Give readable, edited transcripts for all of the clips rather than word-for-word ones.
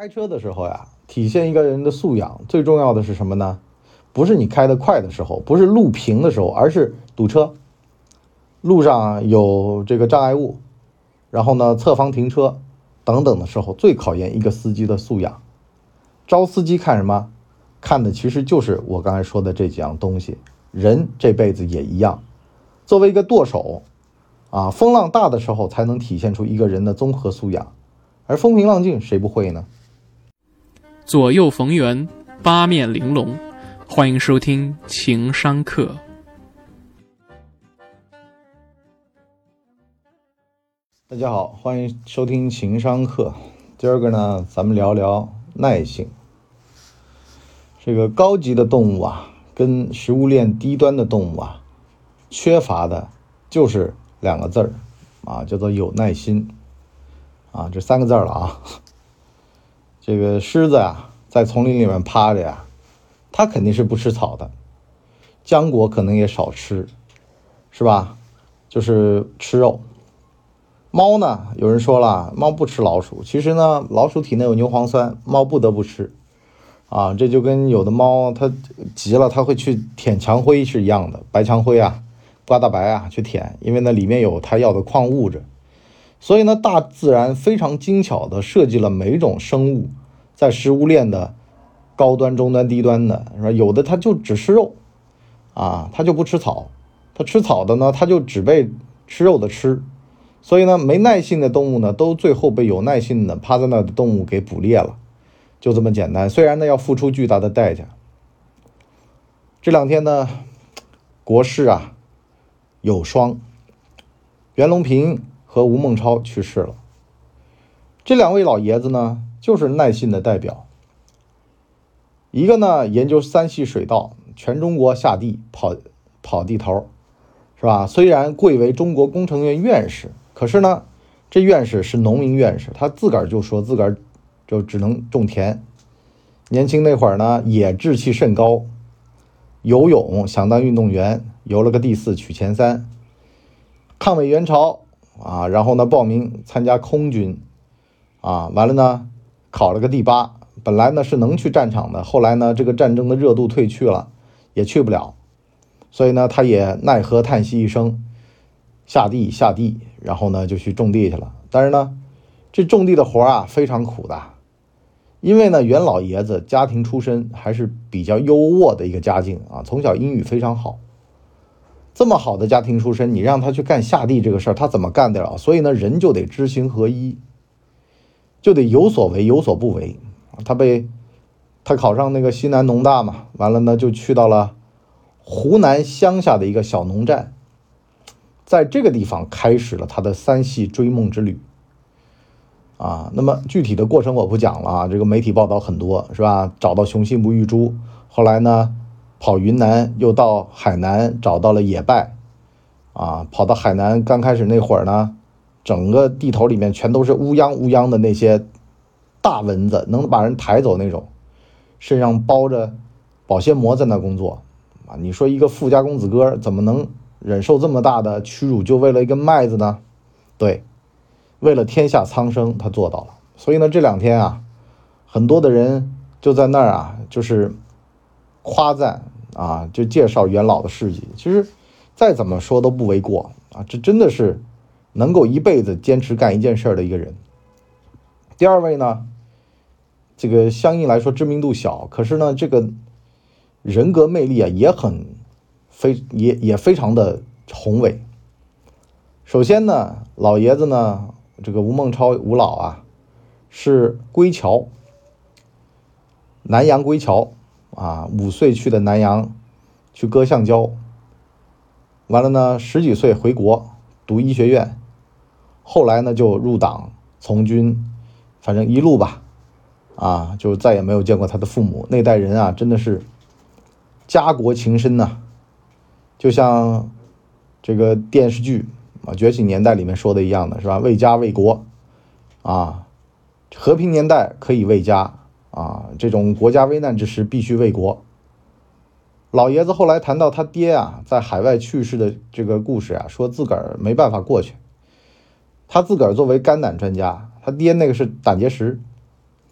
开车的时候呀，体现一个人的素养，最重要的是什么呢？不是你开得快的时候，不是路平的时候，而是堵车，路上有这个障碍物，然后呢，侧方停车等等的时候，最考验一个司机的素养。招司机看什么？看的其实就是我刚才说的这几样东西。人这辈子也一样，作为一个舵手啊，风浪大的时候才能体现出一个人的综合素养，而风平浪静谁不会呢？ 左右逢源，八面玲珑，欢迎收听情商课。 大家好，欢迎收听情商课。今儿个呢，咱们聊聊耐性。这个高级的动物啊，跟食物链低端的动物啊，缺乏的就是两个字儿啊，叫做有耐心啊，这三个字了啊。这个狮子啊，在丛林里面趴着呀，它肯定是不吃草的，浆果可能也少吃，是吧？就是吃肉。猫呢，有人说了，猫不吃老鼠，其实呢，老鼠体内有牛磺酸，猫不得不吃啊。这就跟有的猫它急了，它会去舔墙灰是一样的，白墙灰啊，刮大白啊去舔，因为那里面有它要的矿物质。所以呢，大自然非常精巧的设计了每一种生物在食物链的高端、中端、低端的，是吧？有的它就只吃肉啊，它就不吃草，它吃草的呢，它就只被吃肉的吃。所以呢，没耐性的动物呢，都最后被有耐性的趴在那的动物给捕猎了，就这么简单。虽然呢，要付出巨大的代价。这两天呢，国事啊有双，袁隆平和吴孟超去世了。这两位老爷子呢，就是耐性的代表。一个呢，研究三系水道，全中国下地跑地头，是吧？虽然贵为中国工程院院士，可是呢，这院士是农民院士，他自个儿就说自个儿就只能种田。年轻那会儿呢，也志气甚高，游泳想当运动员，游了个第4，取前3。抗美援朝啊，然后呢报名参加空军啊，完了呢考了个第8。本来呢是能去战场的，后来呢这个战争的热度退去了，也去不了，所以呢他也奈何叹息一声，下地，然后呢就去种地去了。但是呢这种地的活啊非常苦的，因为呢袁老爷子家庭出身还是比较优渥的一个家境啊，从小英语非常好。这么好的家庭出身，你让他去干下地这个事儿，他怎么干得了？所以呢人就得知行合一，就得有所为有所不为。他考上那个西南农大嘛，完了呢就去到了湖南乡下的一个小农站，在这个地方开始了他的三系追梦之旅啊。那么具体的过程我不讲了啊，这个媒体报道很多，是吧？找到雄性不育猪，后来呢跑云南，又到海南找到了野拜啊。跑到海南刚开始那会儿呢，整个地头里面全都是乌泱的那些大蚊子，能把人抬走那种，身上包着保鲜膜在那工作啊。你说一个富家公子哥怎么能忍受这么大的屈辱，就为了一根麦子呢？对，为了天下苍生，他做到了。所以呢这两天啊，很多的人就在那儿啊，就是夸赞啊，就介绍袁老的事迹。其实再怎么说都不为过啊，这真的是能够一辈子坚持干一件事的一个人。第二位呢，这个相应来说知名度小，可是呢这个人格魅力啊也非常的宏伟。首先呢，老爷子呢，这个吴孟超吴老啊，是归侨，南洋归侨啊，5岁去的南洋去割橡胶，完了呢10几岁回国读医学院，后来呢就入党从军，反正一路吧啊，就再也没有见过他的父母。那代人啊真的是家国情深呐，就像这个电视剧啊《觉醒年代》里面说的一样的，是吧？为家为国啊，和平年代可以为家啊，这种国家危难之时必须为国。老爷子后来谈到他爹啊在海外去世的这个故事啊，说自个儿没办法过去。他自个儿作为肝胆专家，他爹那个是胆结石，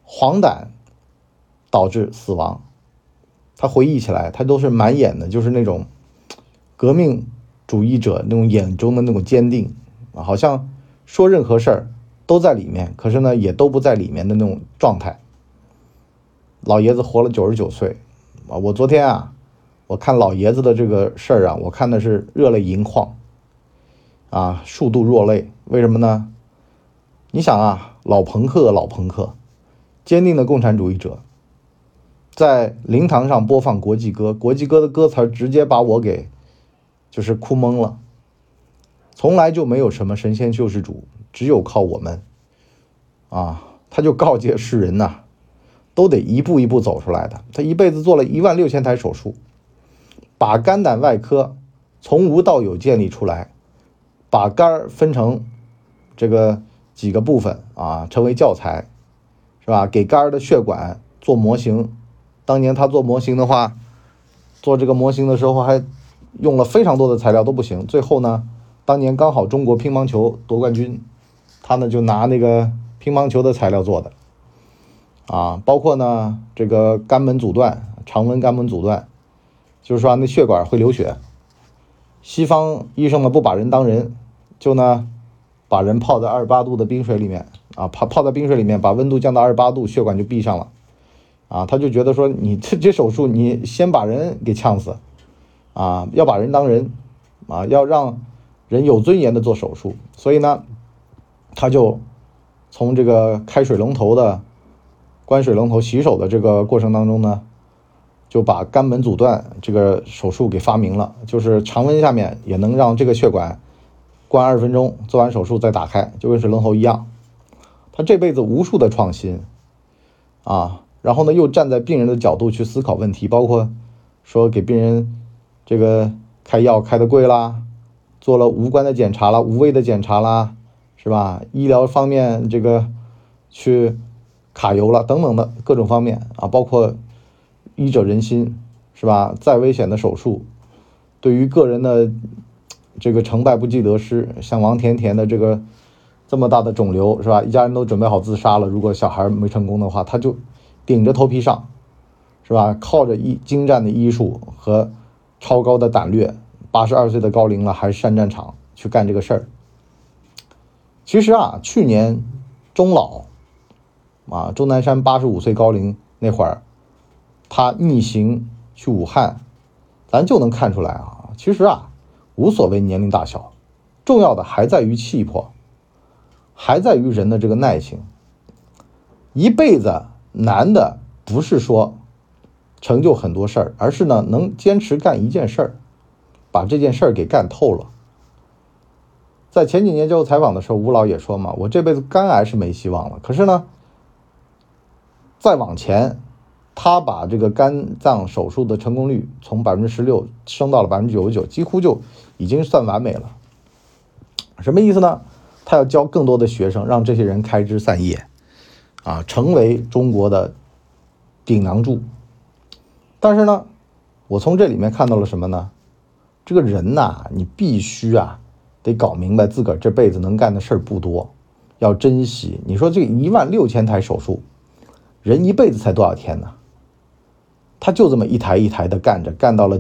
黄疸导致死亡。他回忆起来，他都是满眼的就是那种革命主义者那种眼中的那种坚定，好像说任何事儿都在里面，可是呢也都不在里面的那种状态。老爷子活了99岁啊！我昨天啊，我看老爷子的这个事儿啊，我看的是热泪盈眶啊，数度落泪。为什么呢？你想啊，老朋克，坚定的共产主义者，在灵堂上播放国际歌，国际歌的歌词直接把我给就是哭懵了。从来就没有什么神仙救世主，只有靠我们啊！他就告诫世人呐，都得一步一步走出来的。他一辈子做了16000台手术，把肝胆外科从无到有建立出来，把肝分成这个几个部分啊，成为教材，是吧？给肝的血管做模型。当年他做模型的话，做这个模型的时候还用了非常多的材料都不行。最后呢，当年刚好中国乒乓球夺冠军，他呢就拿那个乒乓球的材料做的啊，包括呢这个肝门阻断，常温肝门阻断，就是说那血管会流血。西方医生呢不把人当人，就呢把人泡在28度的冰水里面啊，泡在冰水里面，把温度降到28度，血管就闭上了啊。他就觉得说你这手术你先把人给呛死啊，要把人当人啊，要让人有尊严的做手术。所以呢他就从这个开水龙头的关水龙头洗手的这个过程当中呢，就把肝门阻断这个手术给发明了，就是常温下面也能让这个血管关20分钟，做完手术再打开，就跟水龙头一样。他这辈子无数的创新啊，然后呢又站在病人的角度去思考问题，包括说给病人这个开药开得贵啦，做了无关的检查啦，无谓的检查啦，是吧？医疗方面这个去卡油了等等的各种方面啊，包括医者仁心，是吧？再危险的手术，对于个人的这个成败不计得失，像王甜甜的这个这么大的肿瘤，是吧？一家人都准备好自杀了，如果小孩没成功的话，他就顶着头皮上，是吧？靠着精湛的医术和超高的胆略，82岁的高龄了还上战场去干这个事儿。其实啊，去年钟老啊，钟南山85岁高龄那会儿，他逆行去武汉，咱就能看出来啊，其实啊无所谓年龄大小，重要的还在于气魄，还在于人的这个耐性。一辈子难的不是说成就很多事儿，而是呢能坚持干一件事儿，把这件事儿给干透了。在前几年接受采访的时候，吴老也说嘛，我这辈子肝癌是没希望了，可是呢再往前，他把这个肝脏手术的成功率从16%升到了99%，几乎就已经算完美了。什么意思呢？他要教更多的学生，让这些人开枝散叶啊，成为中国的顶梁柱。但是呢，我从这里面看到了什么呢？这个人呐，你必须啊得搞明白自个儿这辈子能干的事儿不多，要珍惜。你说这16000台手术，人一辈子才多少天呢？他就这么一台一台的干着，干到了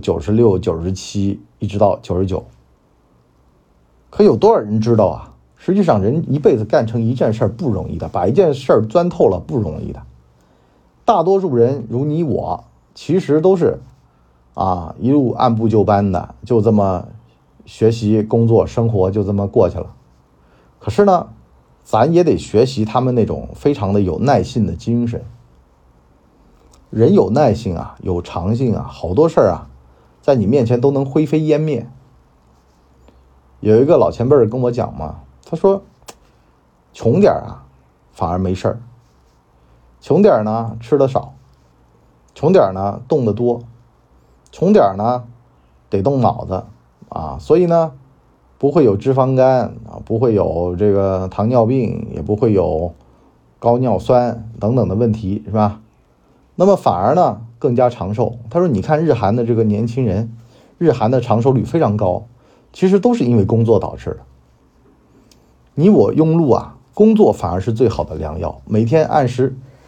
96、97，一直到99。可有多少人知道啊？实际上人一辈子干成一件事儿不容易的，把一件事儿钻透了不容易的。大多数人如你我，其实都是啊一路按部就班的，就这么学习工作生活就这么过去了。可是呢咱也得学习他们那种非常的有耐性的精神。人有耐性啊，有长性啊，好多事儿啊在你面前都能灰飞烟灭。有一个老前辈跟我讲嘛，他说穷点啊反而没事儿，穷点呢吃的少，穷点呢动得多，穷点呢得动脑子啊，所以呢不会有脂肪肝啊，不会有这个糖尿病，也不会有高尿酸等等的问题，是吧？那么反而呢更加长寿。他说你看日韩的这个年轻人，日韩的长寿率非常高，其实都是因为工作导致的。你我庸碌啊，工作反而是最好的良药，每天按时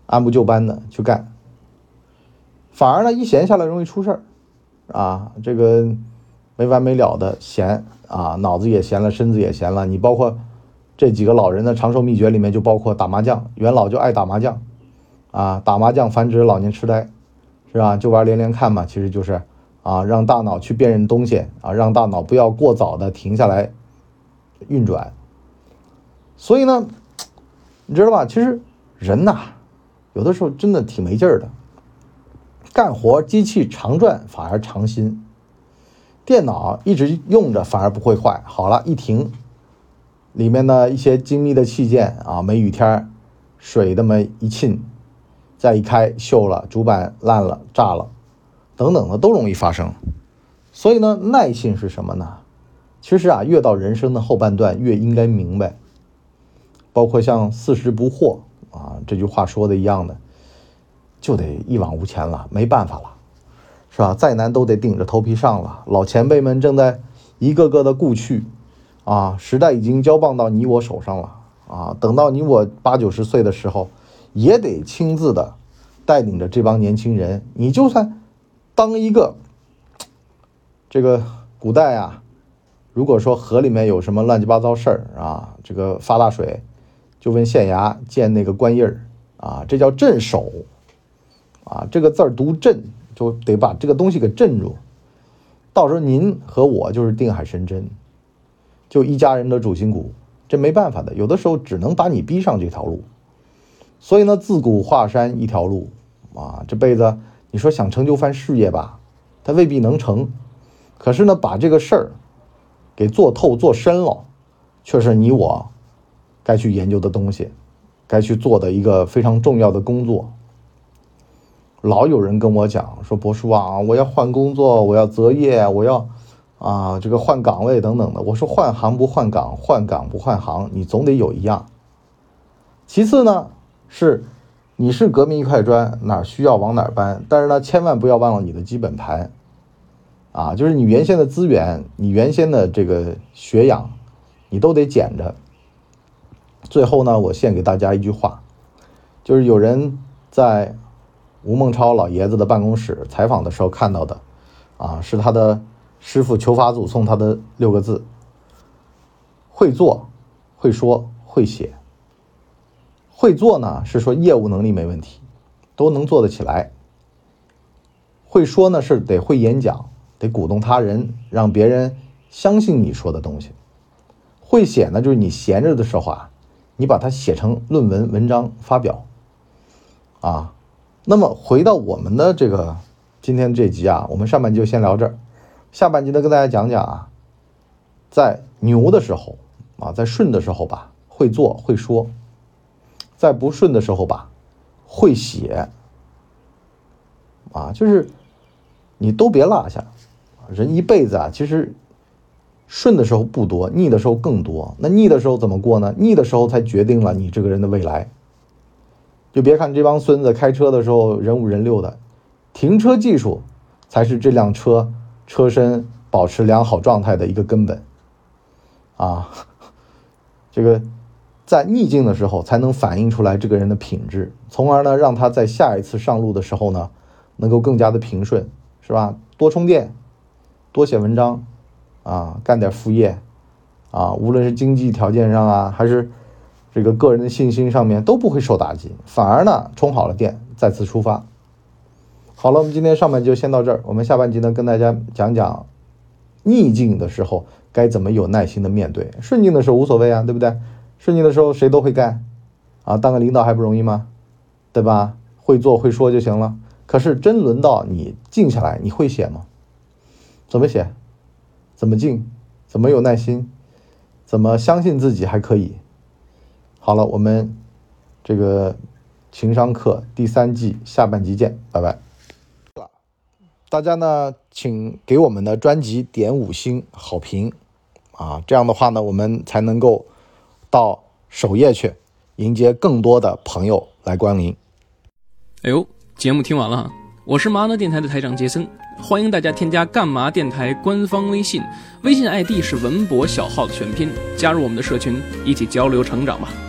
按部就班的去干。反而呢，一闲下来容易出事儿啊，这个没完没了的闲啊，脑子也闲了，身子也闲了。你包括这几个老人的长寿秘诀里面就包括打麻将，元老就爱打麻将啊，打麻将繁殖老年痴呆，是吧？就玩连连看嘛，其实就是啊，让大脑去辨认东西啊，让大脑不要过早的停下来运转。所以呢，你知道吧？其实人呐，有的时候真的挺没劲儿的。干活机器常转反而常新，电脑一直用着反而不会坏。好了，一停，里面的一些精密的器件啊，梅雨天水那么一沁，再一开锈了，主板烂了，炸了，等等的都容易发生。所以呢，耐性是什么呢？其实啊，越到人生的后半段越应该明白，包括像40不惑啊这句话说的一样的，就得一往无前了，没办法了，是吧？再难都得顶着头皮上了。老前辈们正在一个个的故去啊，时代已经交棒到你我手上了啊。等到你我80、90岁的时候，也得亲自的带领着这帮年轻人。你就算当一个这个古代啊，如果说河里面有什么乱七八糟事儿啊，这个发大水，就问县衙建那个官印儿啊，这叫镇守。啊，这个字儿读镇，就得把这个东西给镇住。到时候您和我就是定海神针，就一家人的主心骨，这没办法的。有的时候只能把你逼上这条路。所以呢，自古华山一条路啊，这辈子你说想成就番事业吧，它未必能成。可是呢，把这个事儿给做透做深了，却是你我该去研究的东西，该去做的一个非常重要的工作。老有人跟我讲说，博叔啊，我要换工作，我要择业，我要啊这个换岗位等等的。我说换行不换岗，换岗不换行，你总得有一样。其次呢，是你是革命一块砖，哪需要往哪搬，但是呢，千万不要忘了你的基本盘啊，就是你原先的资源，你原先的这个学养，你都得捡着。最后呢，我献给大家一句话，就是有人在吴孟超老爷子的办公室采访的时候看到的啊，是他的师傅求法祖送他的6个字：会做、会说、会写。会做呢，是说业务能力没问题，都能做得起来。会说呢，是得会演讲，得鼓动他人，让别人相信你说的东西。会写呢，就是你闲着的时候啊，你把它写成论文、文章发表啊。那么回到我们的这个今天这集啊，我们上半集就先聊这儿，下半集呢跟大家讲讲啊，在牛的时候啊，在顺的时候吧，会做会说；在不顺的时候吧，会写啊，就是你都别落下。人一辈子啊，其实顺的时候不多，逆的时候更多。那逆的时候怎么过呢？逆的时候才决定了你这个人的未来。就别看这帮孙子开车的时候人五人六的，停车技术才是这辆车车身保持良好状态的一个根本啊。这个在逆境的时候才能反映出来这个人的品质，从而呢让他在下一次上路的时候呢能够更加的平顺，是吧？多充电，多写文章啊，干点副业啊，无论是经济条件上啊，还是这个个人的信心上面都不会受打击，反而呢充好了电，再次出发。好了，我们今天上半集就先到这儿，我们下半集呢跟大家讲讲逆境的时候该怎么有耐心的面对，顺境的时候无所谓啊，对不对？顺境的时候谁都会干啊，当个领导还不容易吗？对吧？会做会说就行了。可是真轮到你静下来，你会写吗？怎么写？怎么静？怎么有耐心？怎么相信自己还可以？好了，我们这个情商课第3季下半集见，拜拜。大家呢，请给我们的专辑点5星好评啊，这样的话呢，我们才能够到首页去迎接更多的朋友来光临。 哎呦，节目听完了，我是麻辣电台的台长杰森，欢迎大家添加干嘛电台官方微信，微信 ID 是文博小号的全拼，加入我们的社群，一起交流成长吧。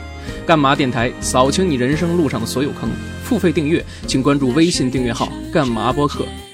干嘛电台扫清你人生路上的所有坑。付费订阅请关注微信订阅号干嘛播客。